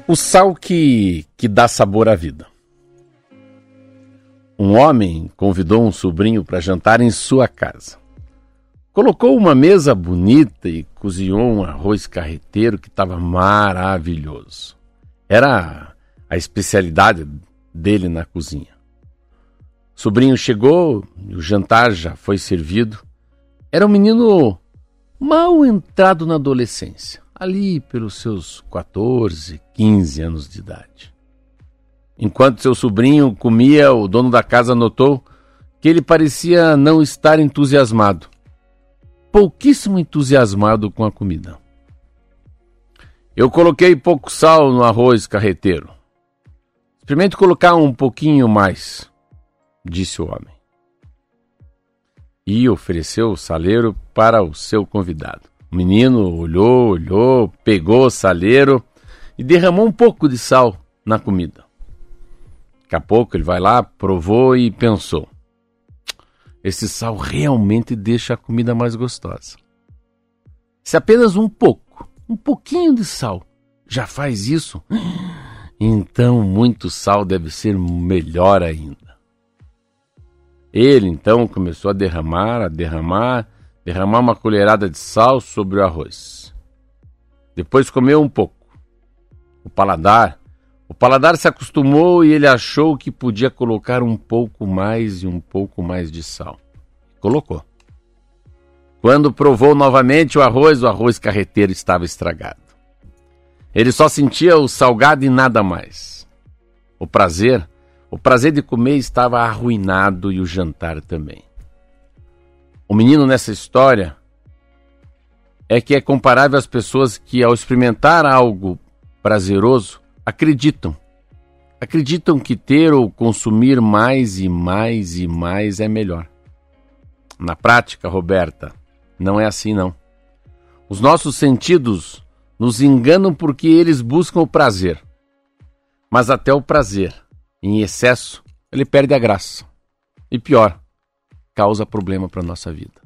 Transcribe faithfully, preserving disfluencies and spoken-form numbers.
O sal que, que dá sabor à vida. Um homem convidou um sobrinho para jantar em sua casa. Colocou uma mesa bonita e cozinhou um arroz carreteiro que estava maravilhoso. Era a especialidade dele na cozinha. O sobrinho chegou e o jantar já foi servido. Era um menino mal entrado na adolescência, ali pelos seus quatorze, quinze anos de idade. Enquanto seu sobrinho comia, o dono da casa notou que ele parecia não estar entusiasmado. Pouquíssimo entusiasmado com a comida. Eu coloquei pouco sal no arroz carreteiro. Experimente colocar um pouquinho mais, disse o homem. E ofereceu o saleiro para o seu convidado. O menino olhou, olhou, pegou o saleiro e derramou um pouco de sal na comida. Daqui a pouco ele vai lá, provou e pensou: esse sal realmente deixa a comida mais gostosa. Se apenas um pouco, um pouquinho de sal já faz isso, então muito sal deve ser melhor ainda. Ele então começou a derramar, a derramar, derramar uma colherada de sal sobre o arroz. Depois comeu um pouco. O paladar, o paladar se acostumou e ele achou que podia colocar um pouco mais e um pouco mais de sal. Colocou. Quando provou novamente o arroz, o arroz carreteiro estava estragado. Ele só sentia o salgado e nada mais. O prazer, o prazer de comer estava arruinado e o jantar também. O menino nessa história é que é comparável às pessoas que, ao experimentar algo prazeroso, acreditam. Acreditam que ter ou consumir mais e mais e mais é melhor. Na prática, Roberta, não é assim não. Os nossos sentidos nos enganam porque eles buscam o prazer. Mas até o prazer, em excesso, ele perde a graça. E pior, causa problema para a nossa vida.